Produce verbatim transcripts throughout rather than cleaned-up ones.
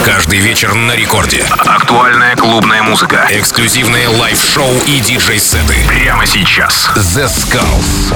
Каждый вечер на рекорде. Актуальная клубная музыка. Эксклюзивные лайв-шоу и диджей-сеты. Прямо сейчас. The Skulls.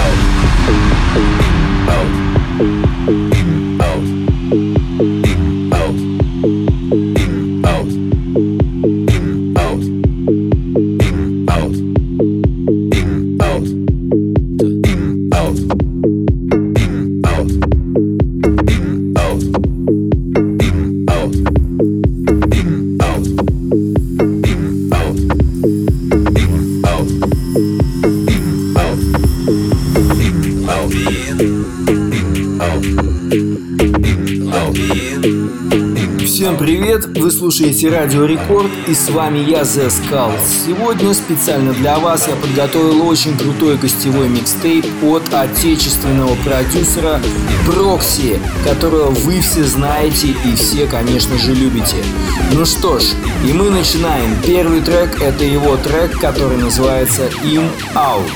Всем привет! Вы слушаете Радио Рекорд, и с вами я, The Skulls. Сегодня специально для вас я подготовил очень крутой гостевой микстейп от отечественного продюсера Прокси, которого вы все знаете и все, конечно же, любите. Ну что ж, и мы начинаем. Первый трек — это его трек, который называется In Out.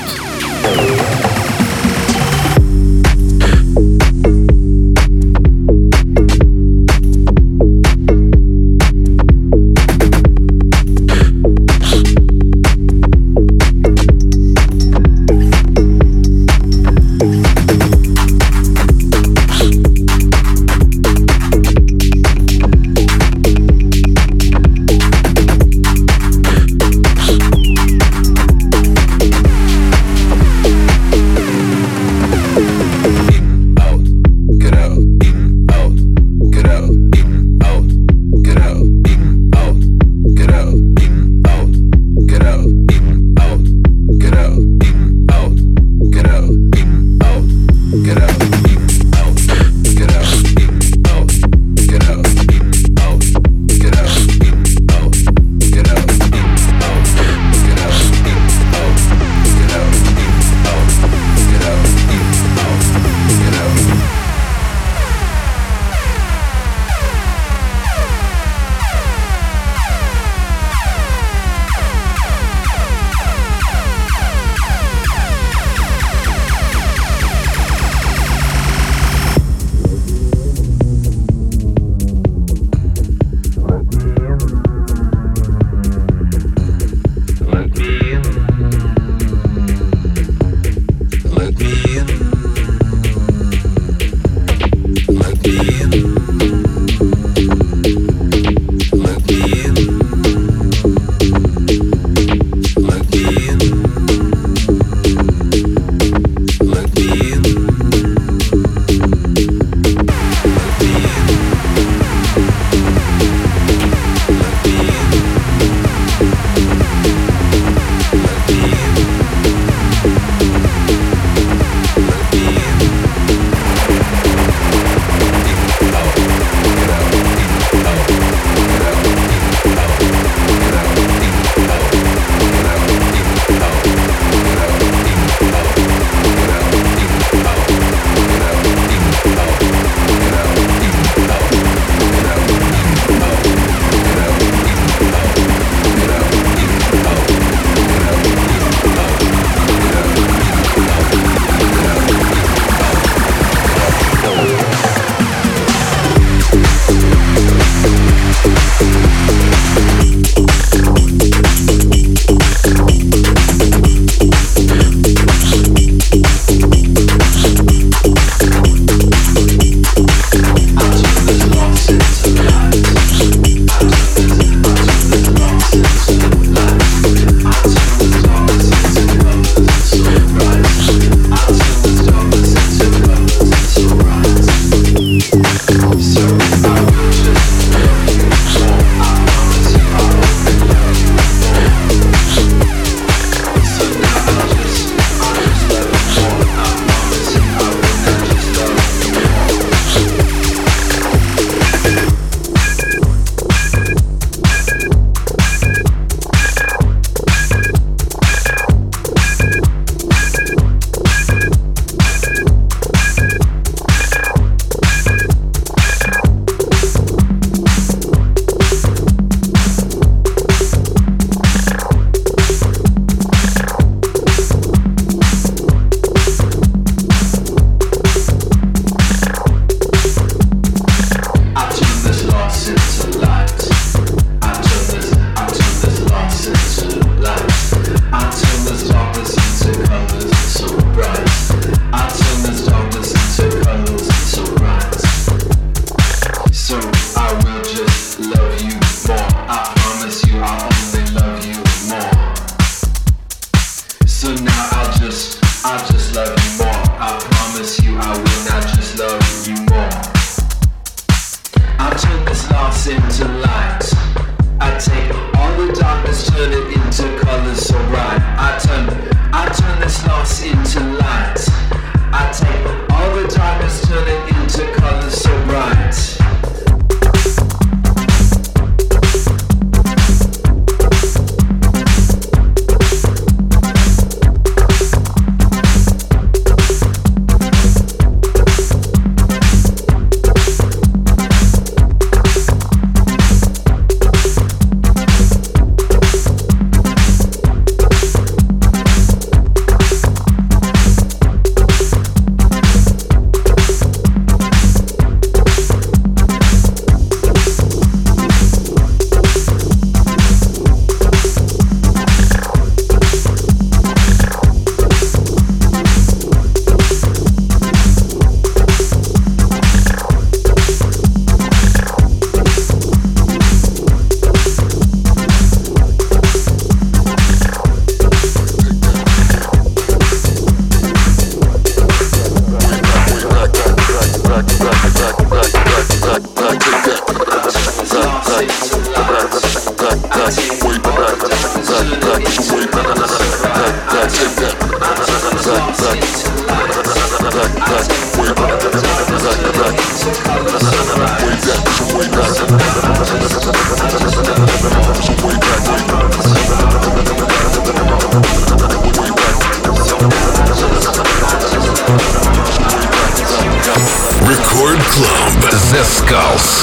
Record Club The Skulls.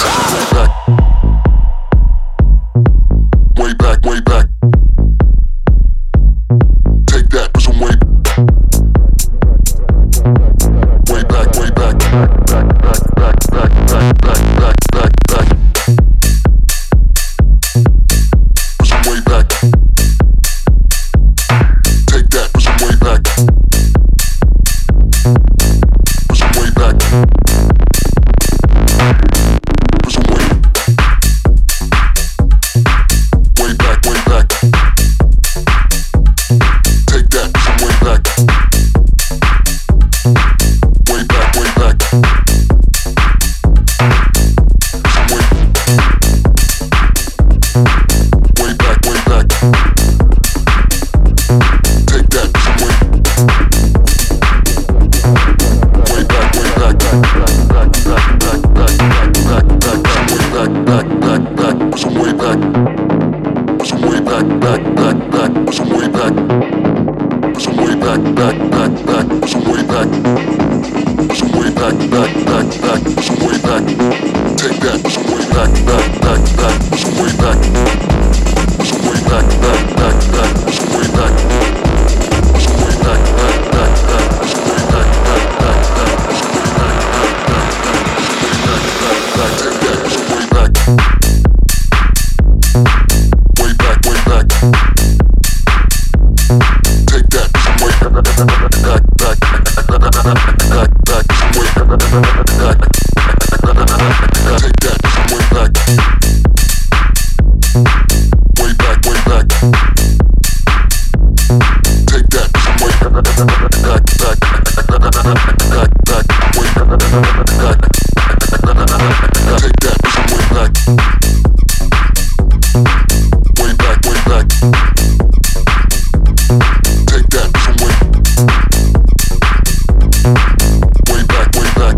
Way back, way back. Take that for some weight. Way back, way back. Back, back, back, back, back, back, back, back, back. For some way back. Take that for some way back. For some way back. For some way. Way back, way back. Take that for some way back. Way back, way back. Some way. Way back, way back. Take that for some way. Way back, way back. Back, back, back, back, back, back, back, back, way back, back, back, back, some way back. Some way back, back, back, back, some way back. Some way back, back, back, back, some way back. Some way back, back, back, back, some way back. Take that, some way back, back, back, back, some way back. Some way back, back, back, back, some way back. Some way back, back, back, back, some way back, back, back, back, some way back, back, back, back, back, take that, some way back. Way back, way back. Take that, some way back, back, back, back, back, some way back, back. Take that, some way back. Way back, way back. Take that, some way back, back, back, back, back, way back, back. Take that, some way back. Way back, way back. Take that some way. Way back, way back.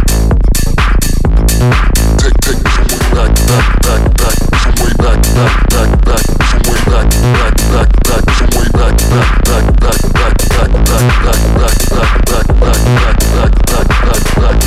Take, take some way back, back, back, back, some way back, back, back, back, some way back, back, back, back, some way back, back, back, back, back, back, back, back, back, back, back, back, back, back, back, back, back,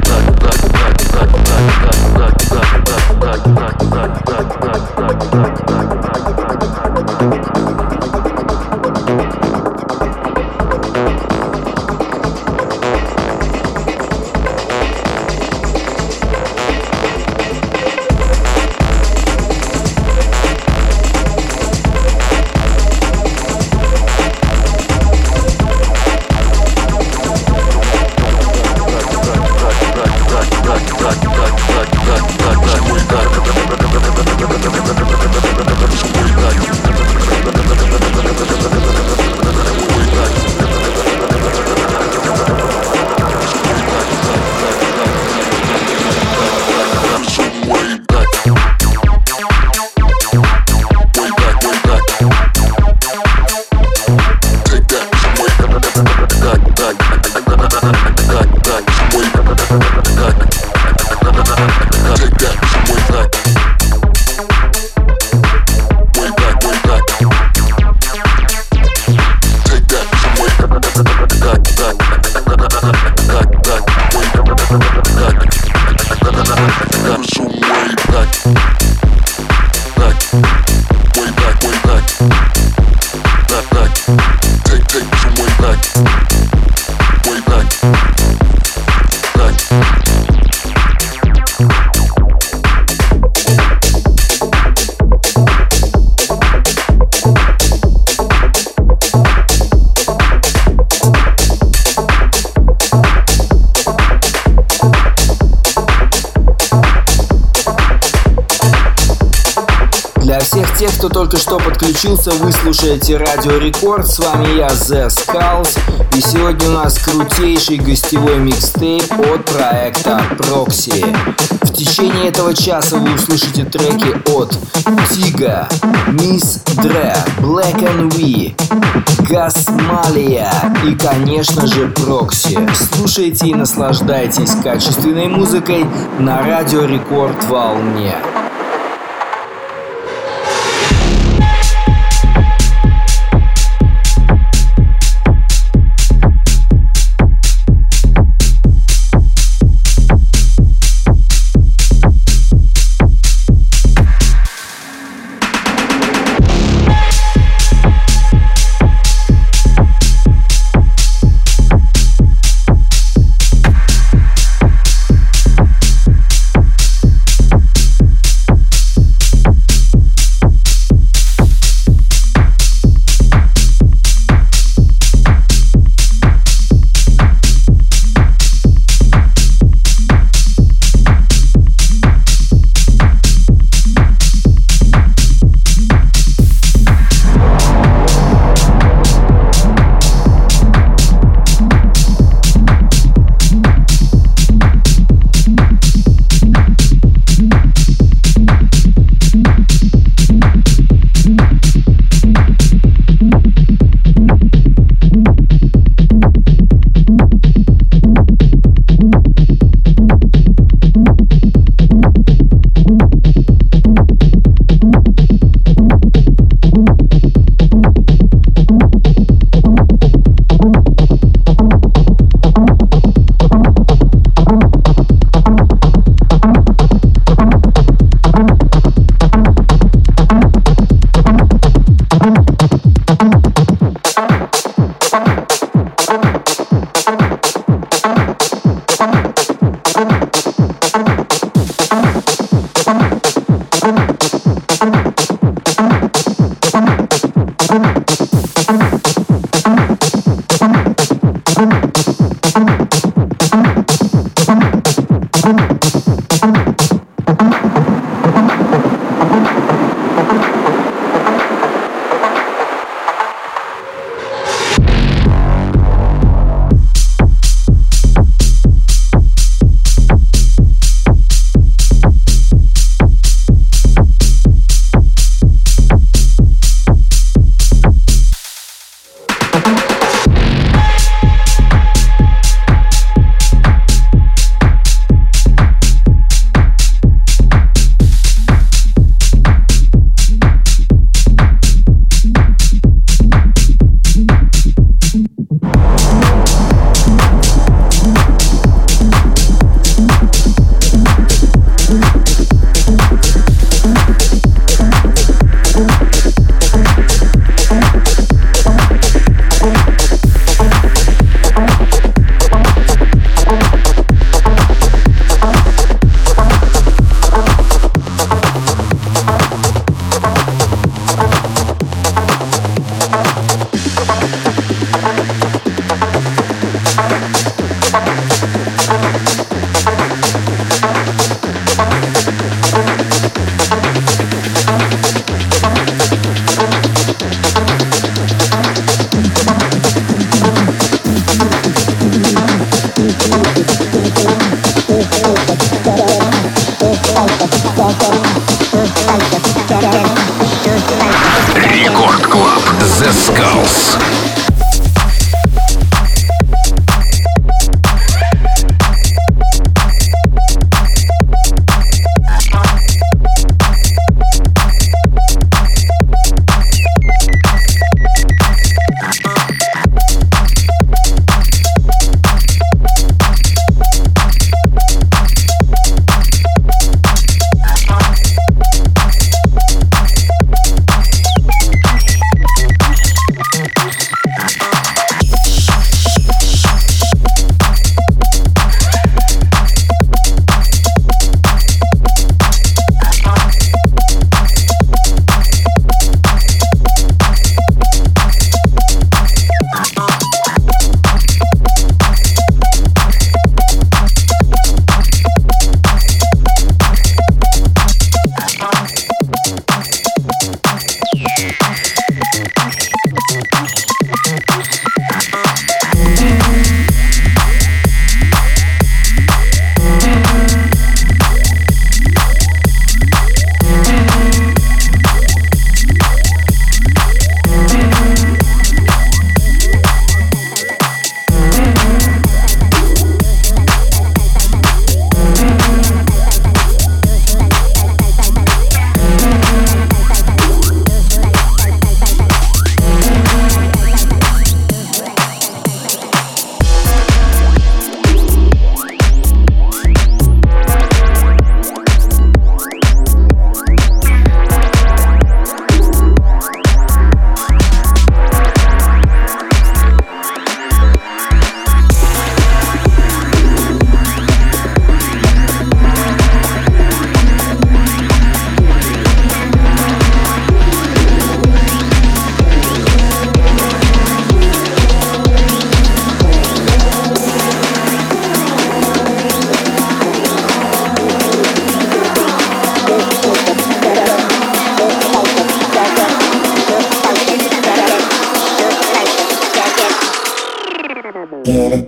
Тех, кто только что подключился, вы слушаете Радио Рекорд. С вами я, The Skulls. И сегодня у нас крутейший гостевой микстейп от проекта Proxy. В течение течение этого часа вы услышите треки от Тига, Мисс Дре, Black and We, Gasmalia и, конечно же, Прокси. Слушайте и наслаждайтесь качественной музыкой на Радио Рекорд волне.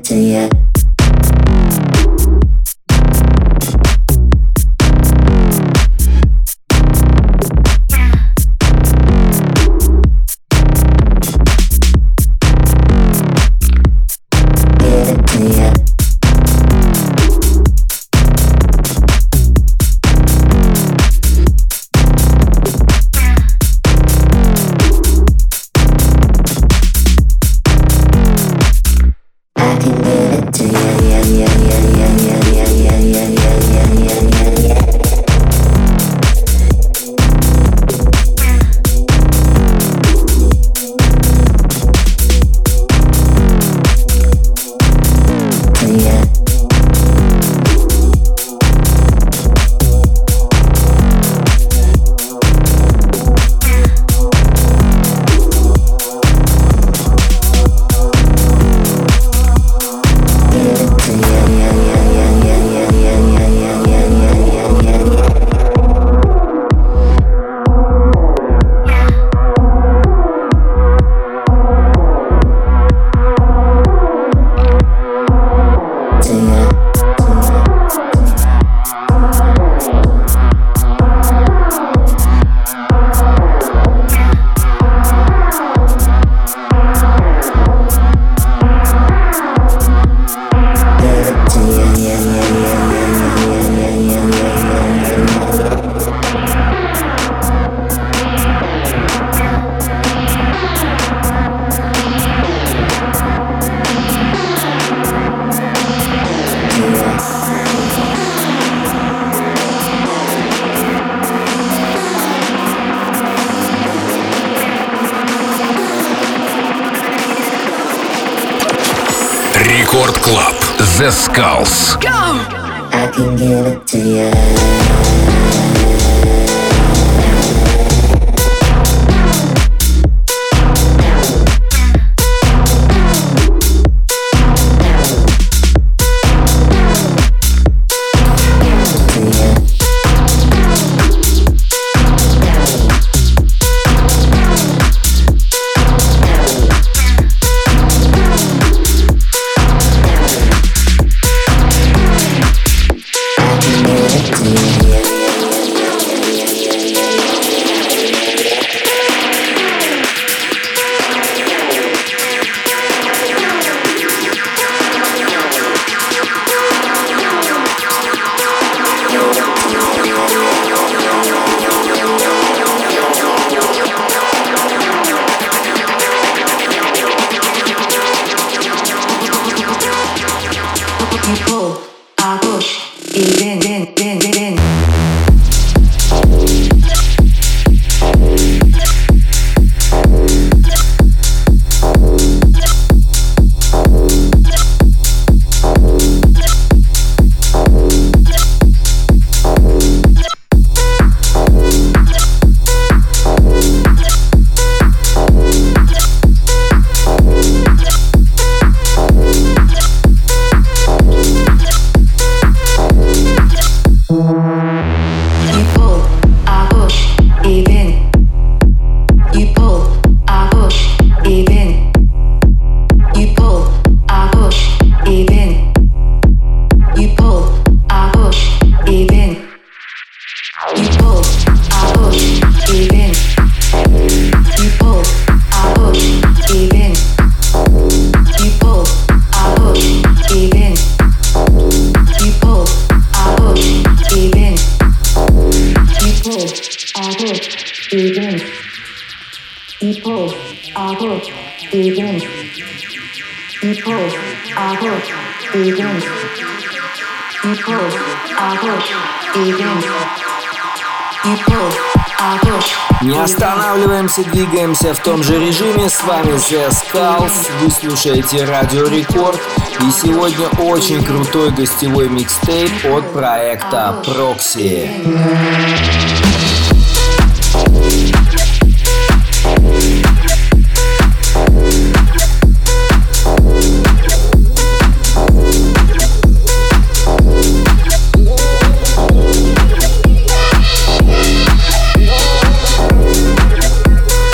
Рекорд Клаб. The Skulls. Go! I can give it to you. Не останавливаемся, двигаемся в том же режиме. С вами The Skulls, вы слушаете Радио Рекорд. И сегодня очень крутой гостевой микстейп от проекта Proxy.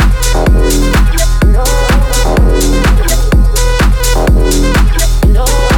No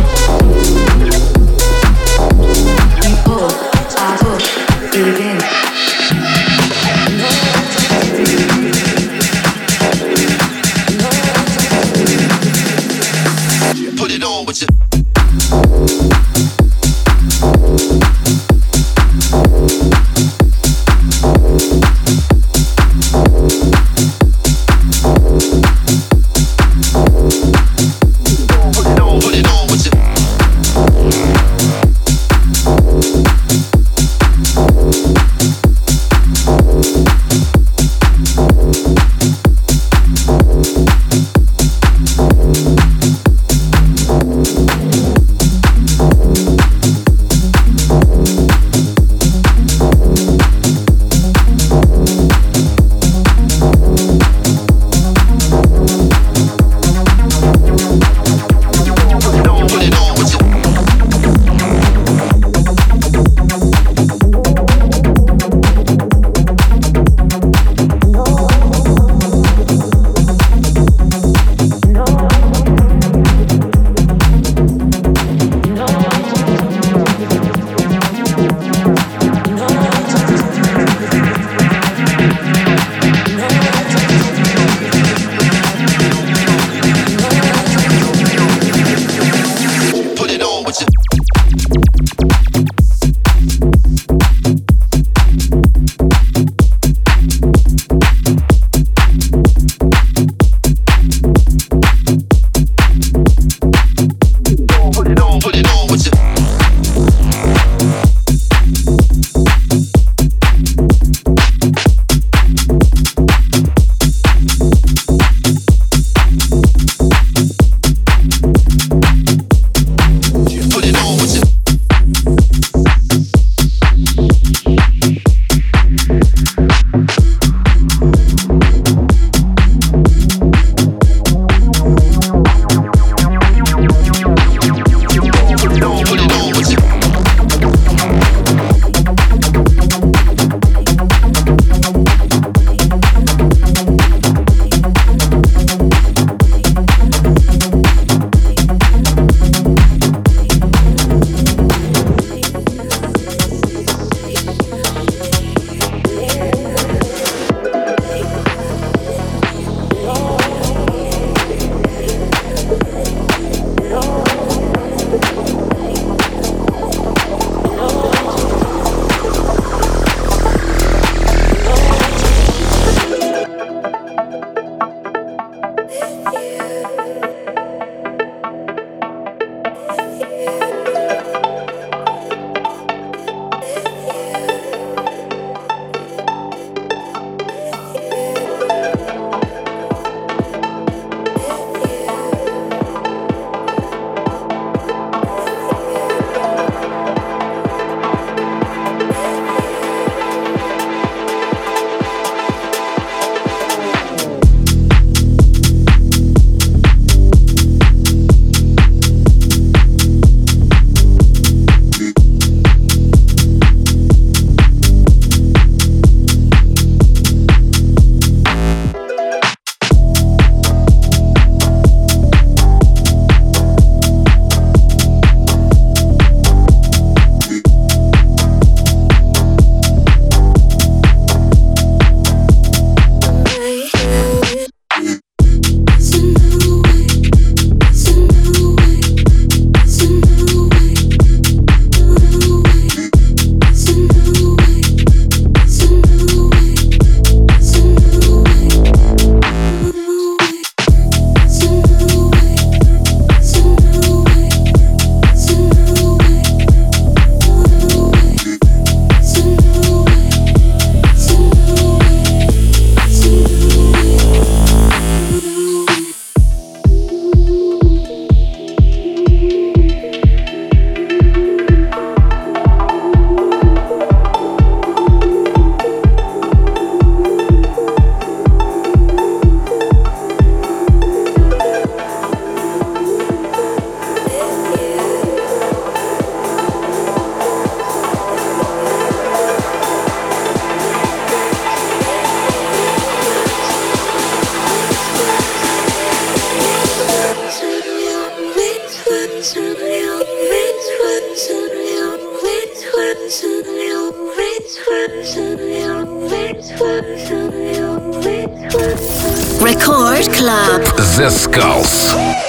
Record Club. The Skulls.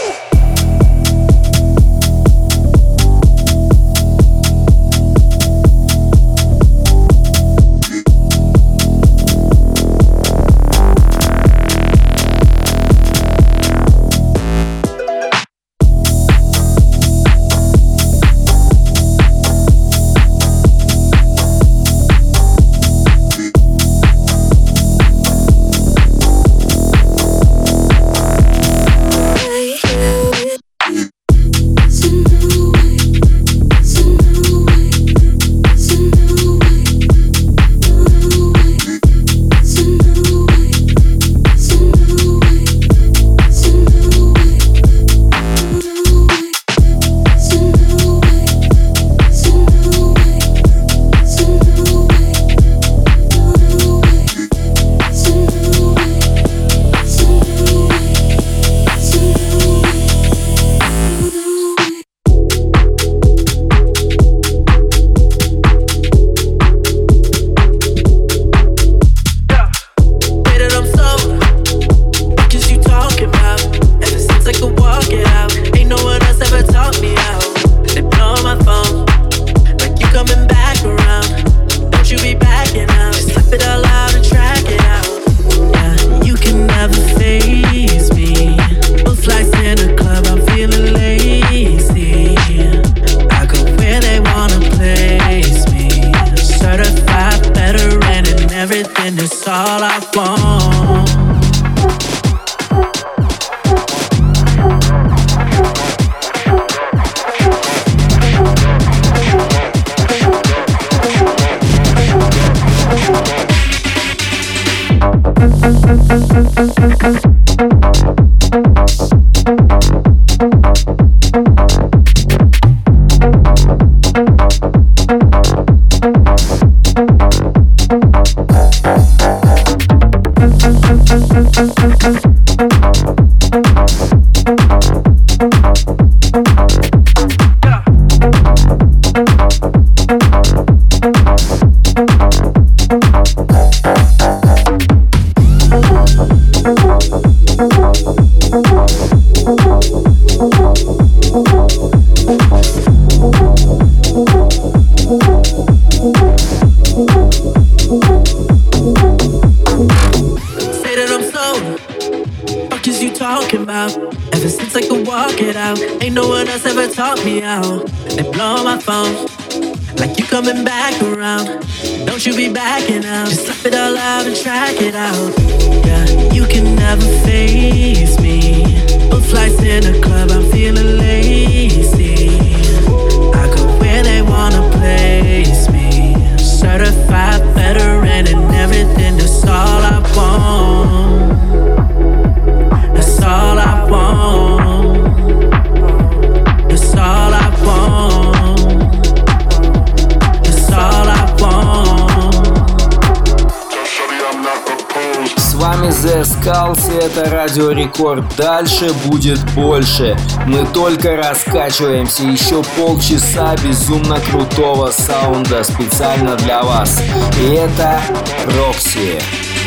Это Радио Рекорд. Дальше будет больше. Мы только раскачиваемся. Еще полчаса безумно крутого саунда специально для вас. И это Рокси.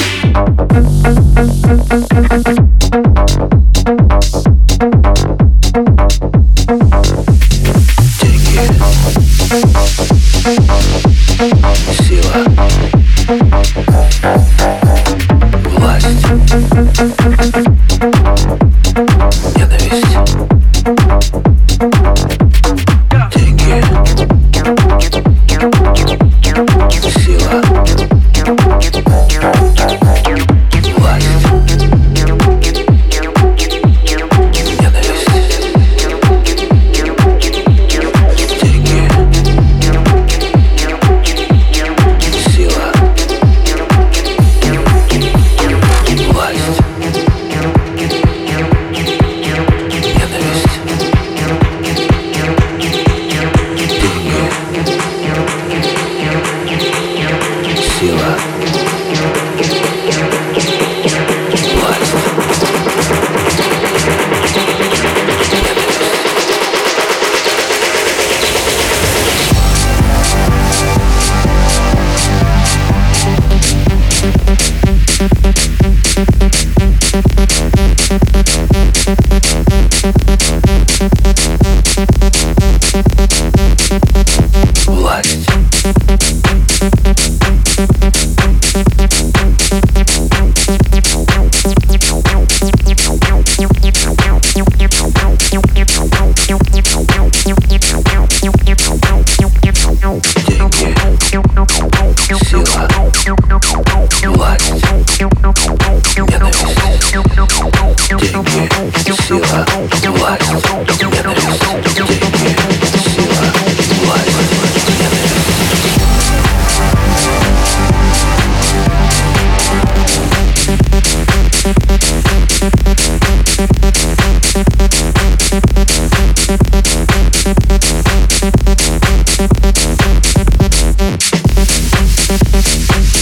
Сила. Власть. Ненависть. Деньги. Сила. Власть. Ненависть. Деньги. Сила. Власть.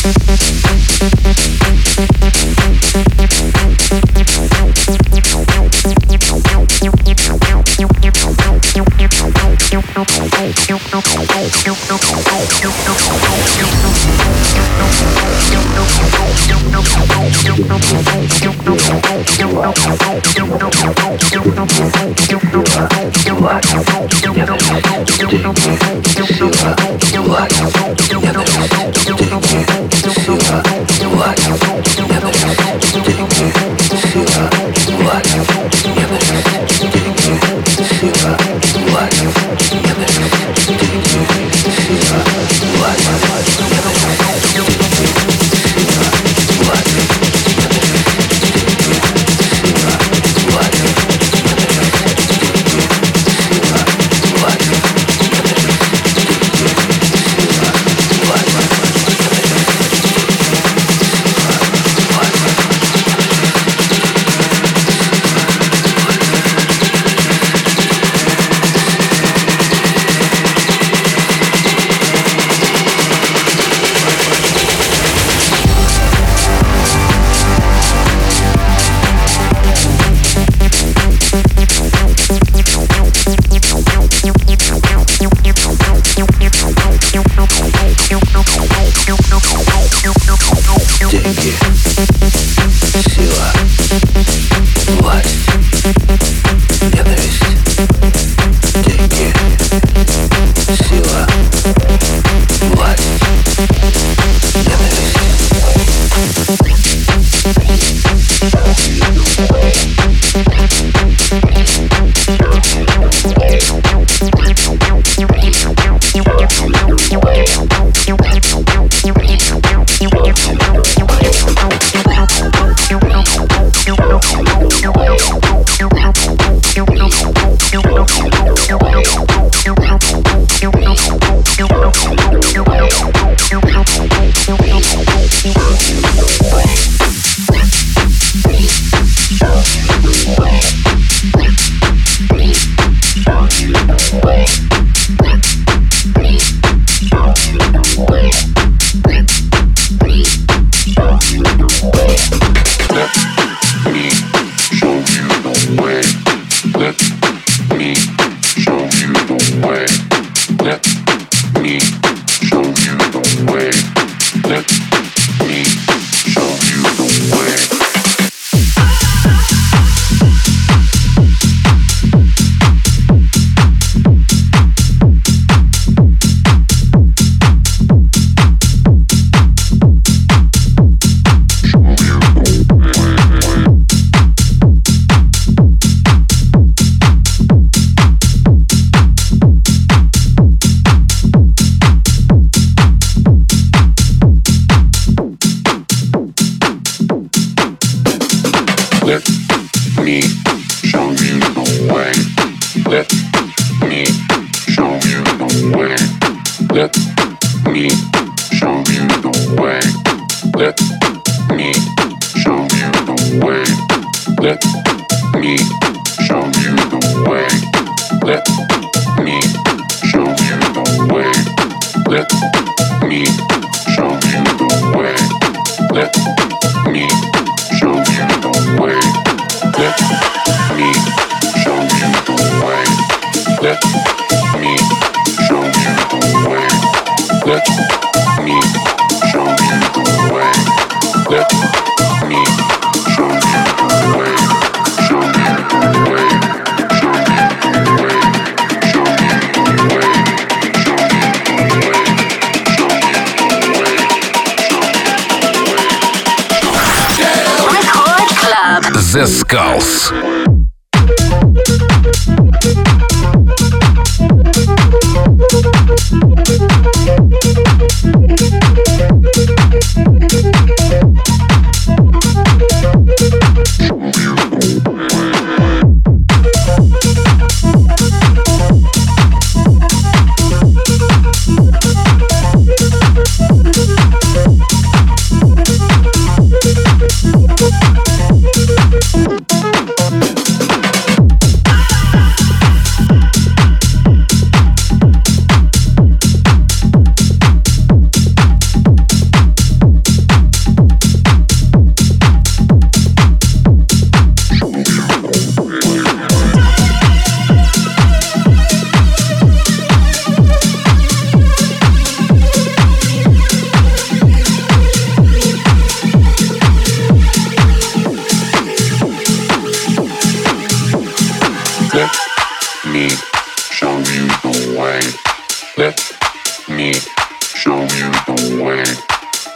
The Skulls.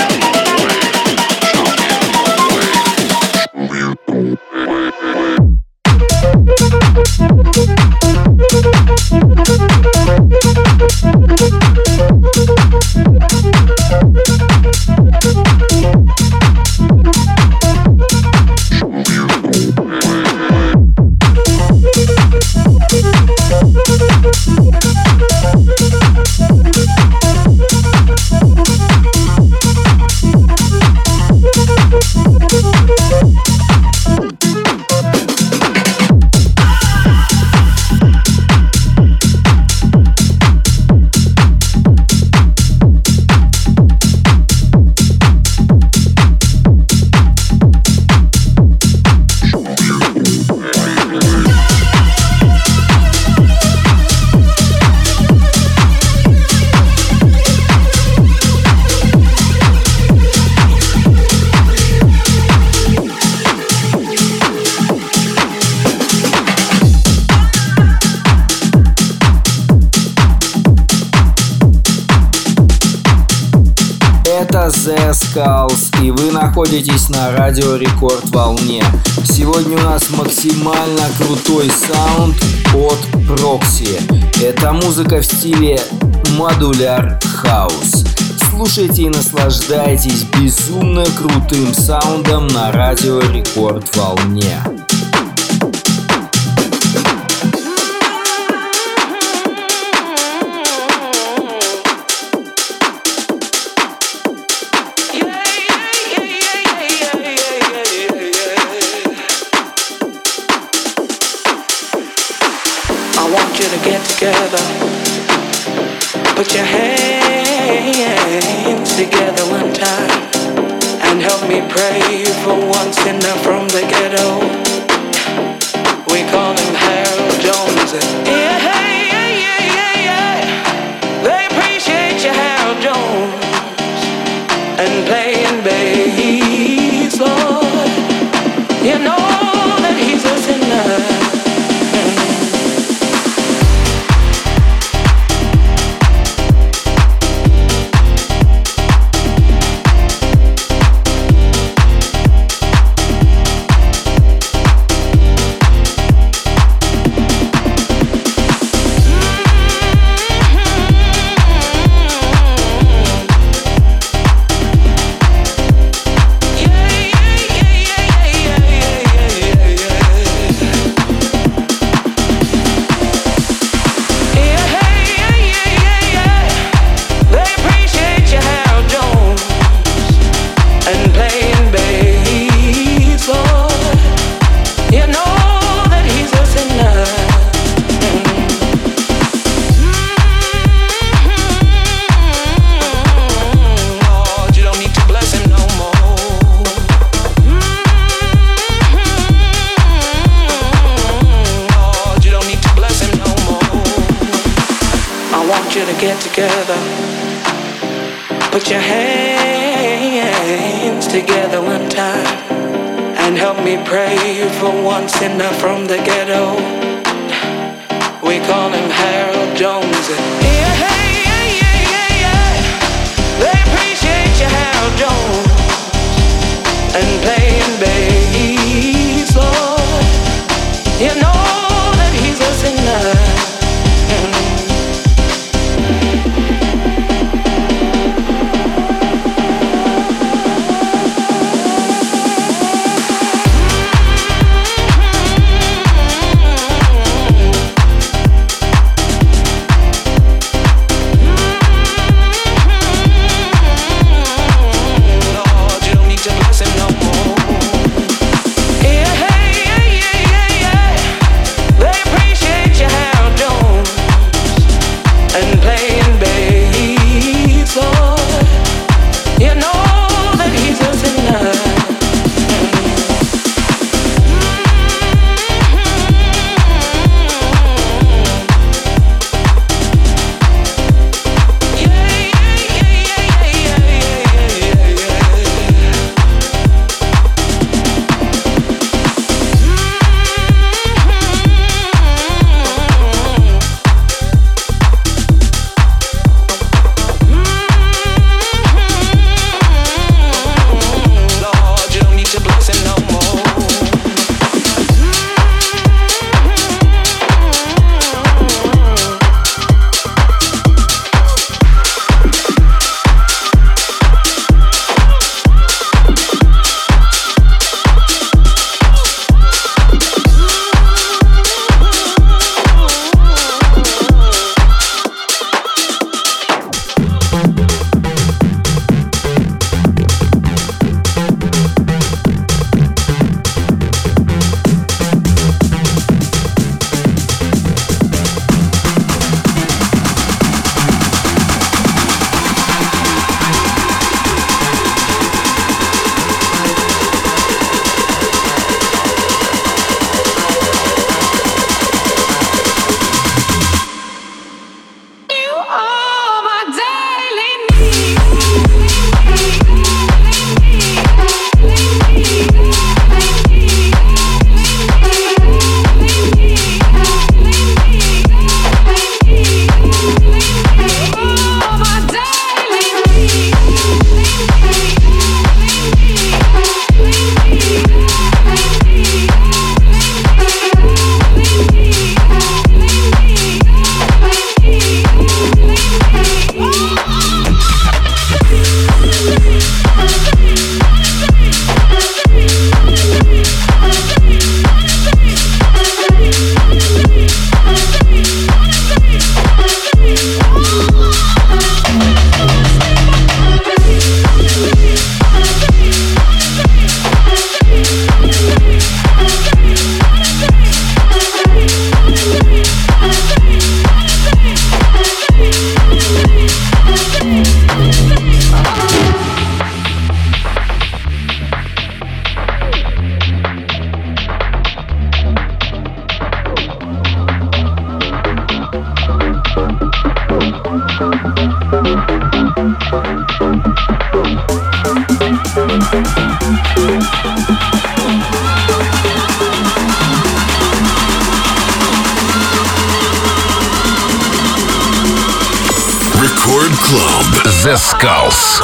The Skulls, и вы находитесь на Радио Рекорд волне. Сегодня у нас максимально крутой саунд от Proxy. Это музыка в стиле модуляр хаус. Слушайте и наслаждайтесь безумно крутым саундом на Радио Рекорд волне. Together, put your hands together one time and help me pray for one sinner from the ghetto. We call him Harold Jones. Yeah, yeah, yeah, yeah, yeah. They appreciate you, Harold Jones, and playing bass, Lord. You know that he's a sinner. Get together, put your hands together one time and help me pray for one sinner from the ghetto. We call him Harold Jones. Yeah, hey, yeah, yeah, yeah, yeah. They appreciate you, Harold Jones, and playing bass, Lord. You know that he's a sinner. Record Club. The Skulls.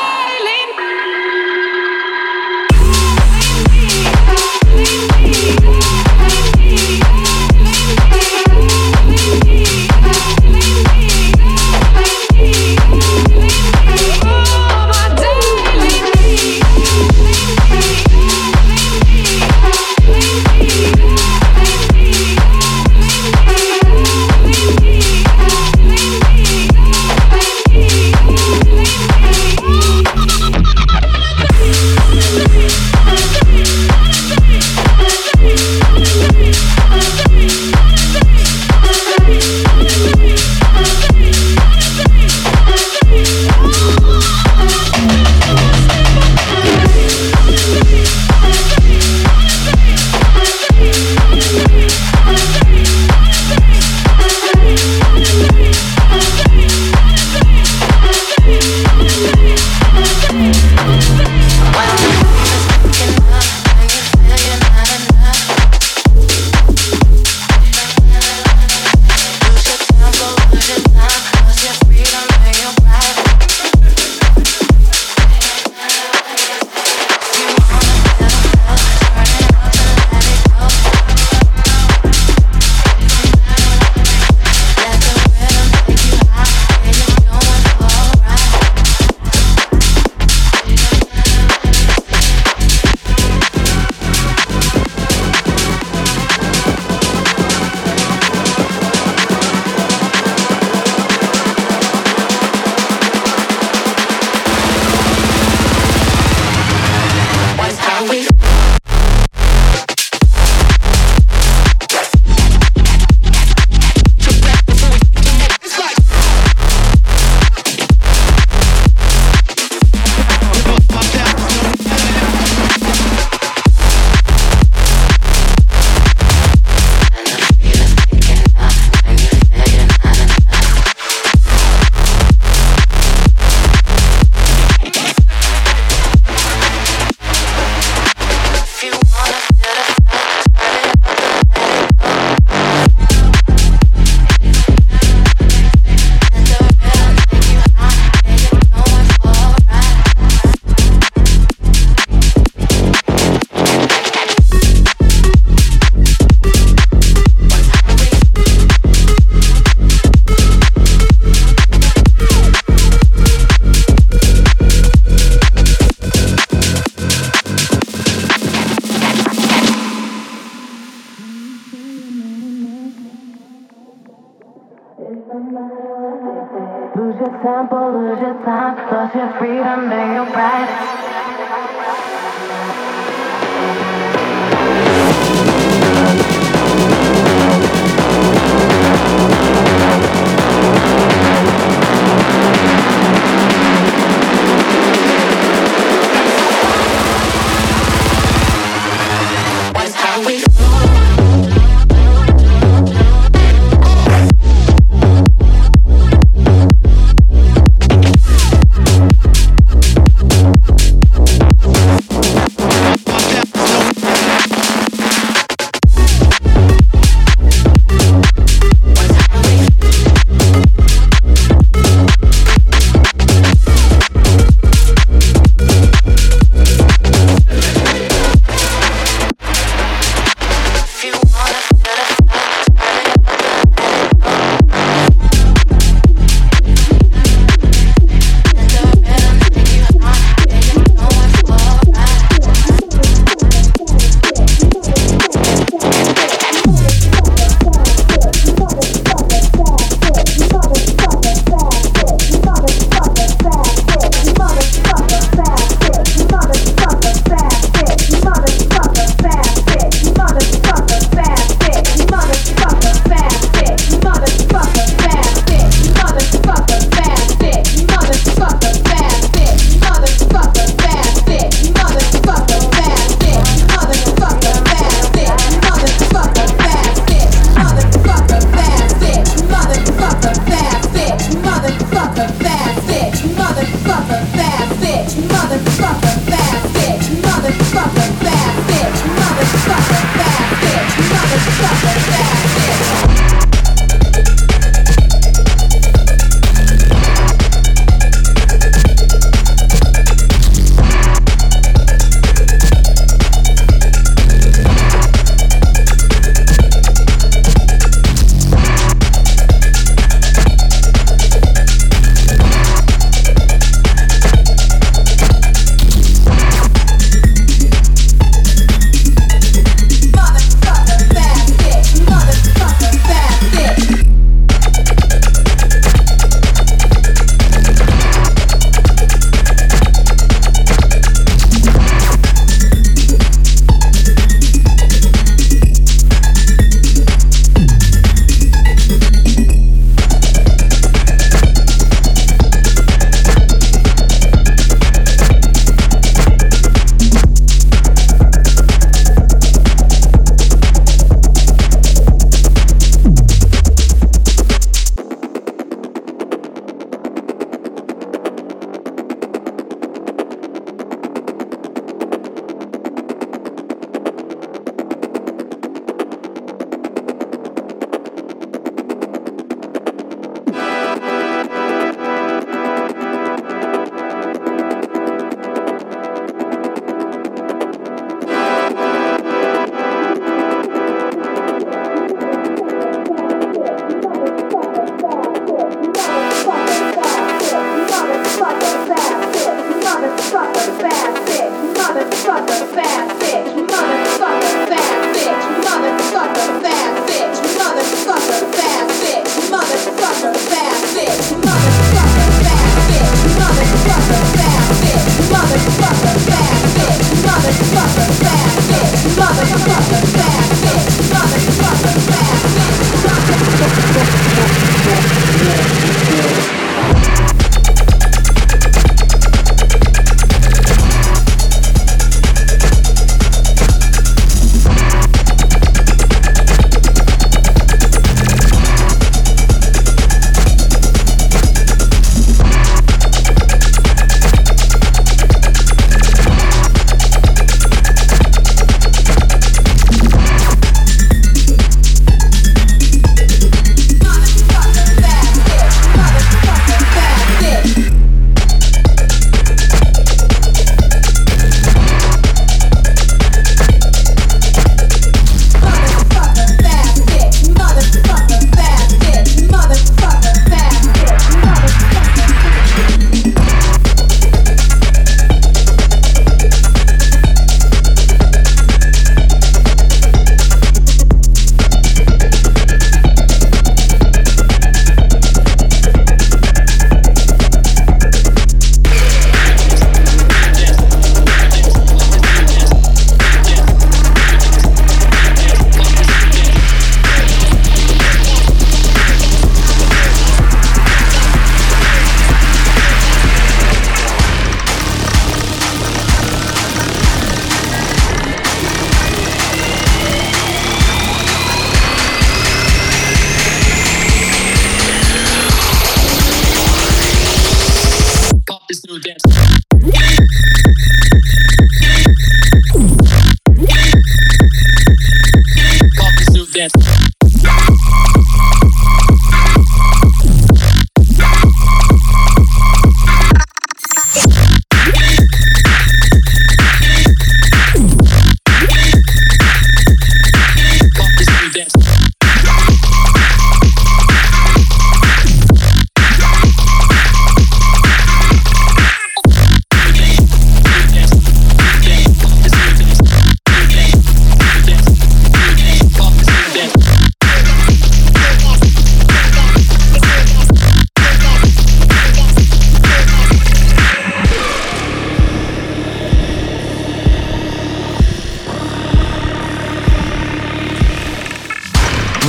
Lose your tempo, lose your time, lost your freedom and your pride.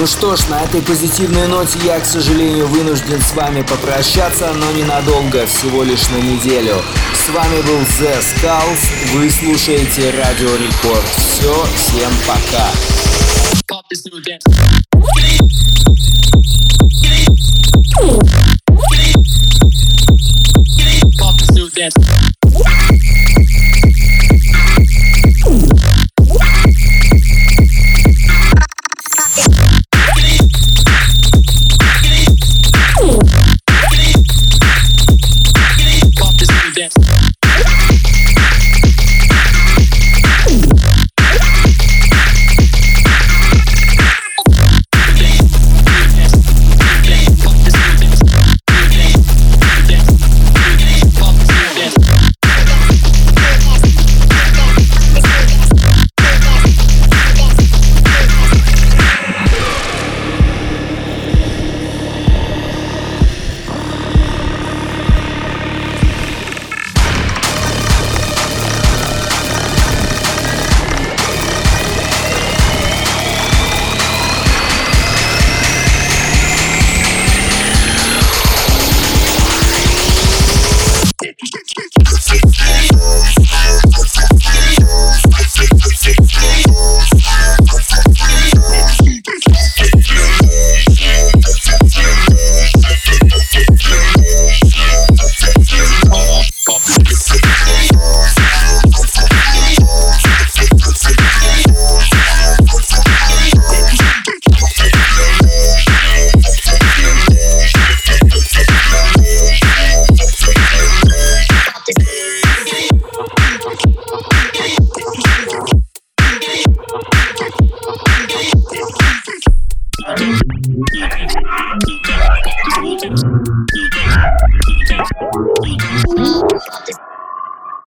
Ну что ж, на этой позитивной ноте я, к сожалению, вынужден с вами попрощаться, но ненадолго, всего лишь на неделю. С вами был The Skulls, вы слушаете Радио Рекорд. Все, всем пока. We'll be right back.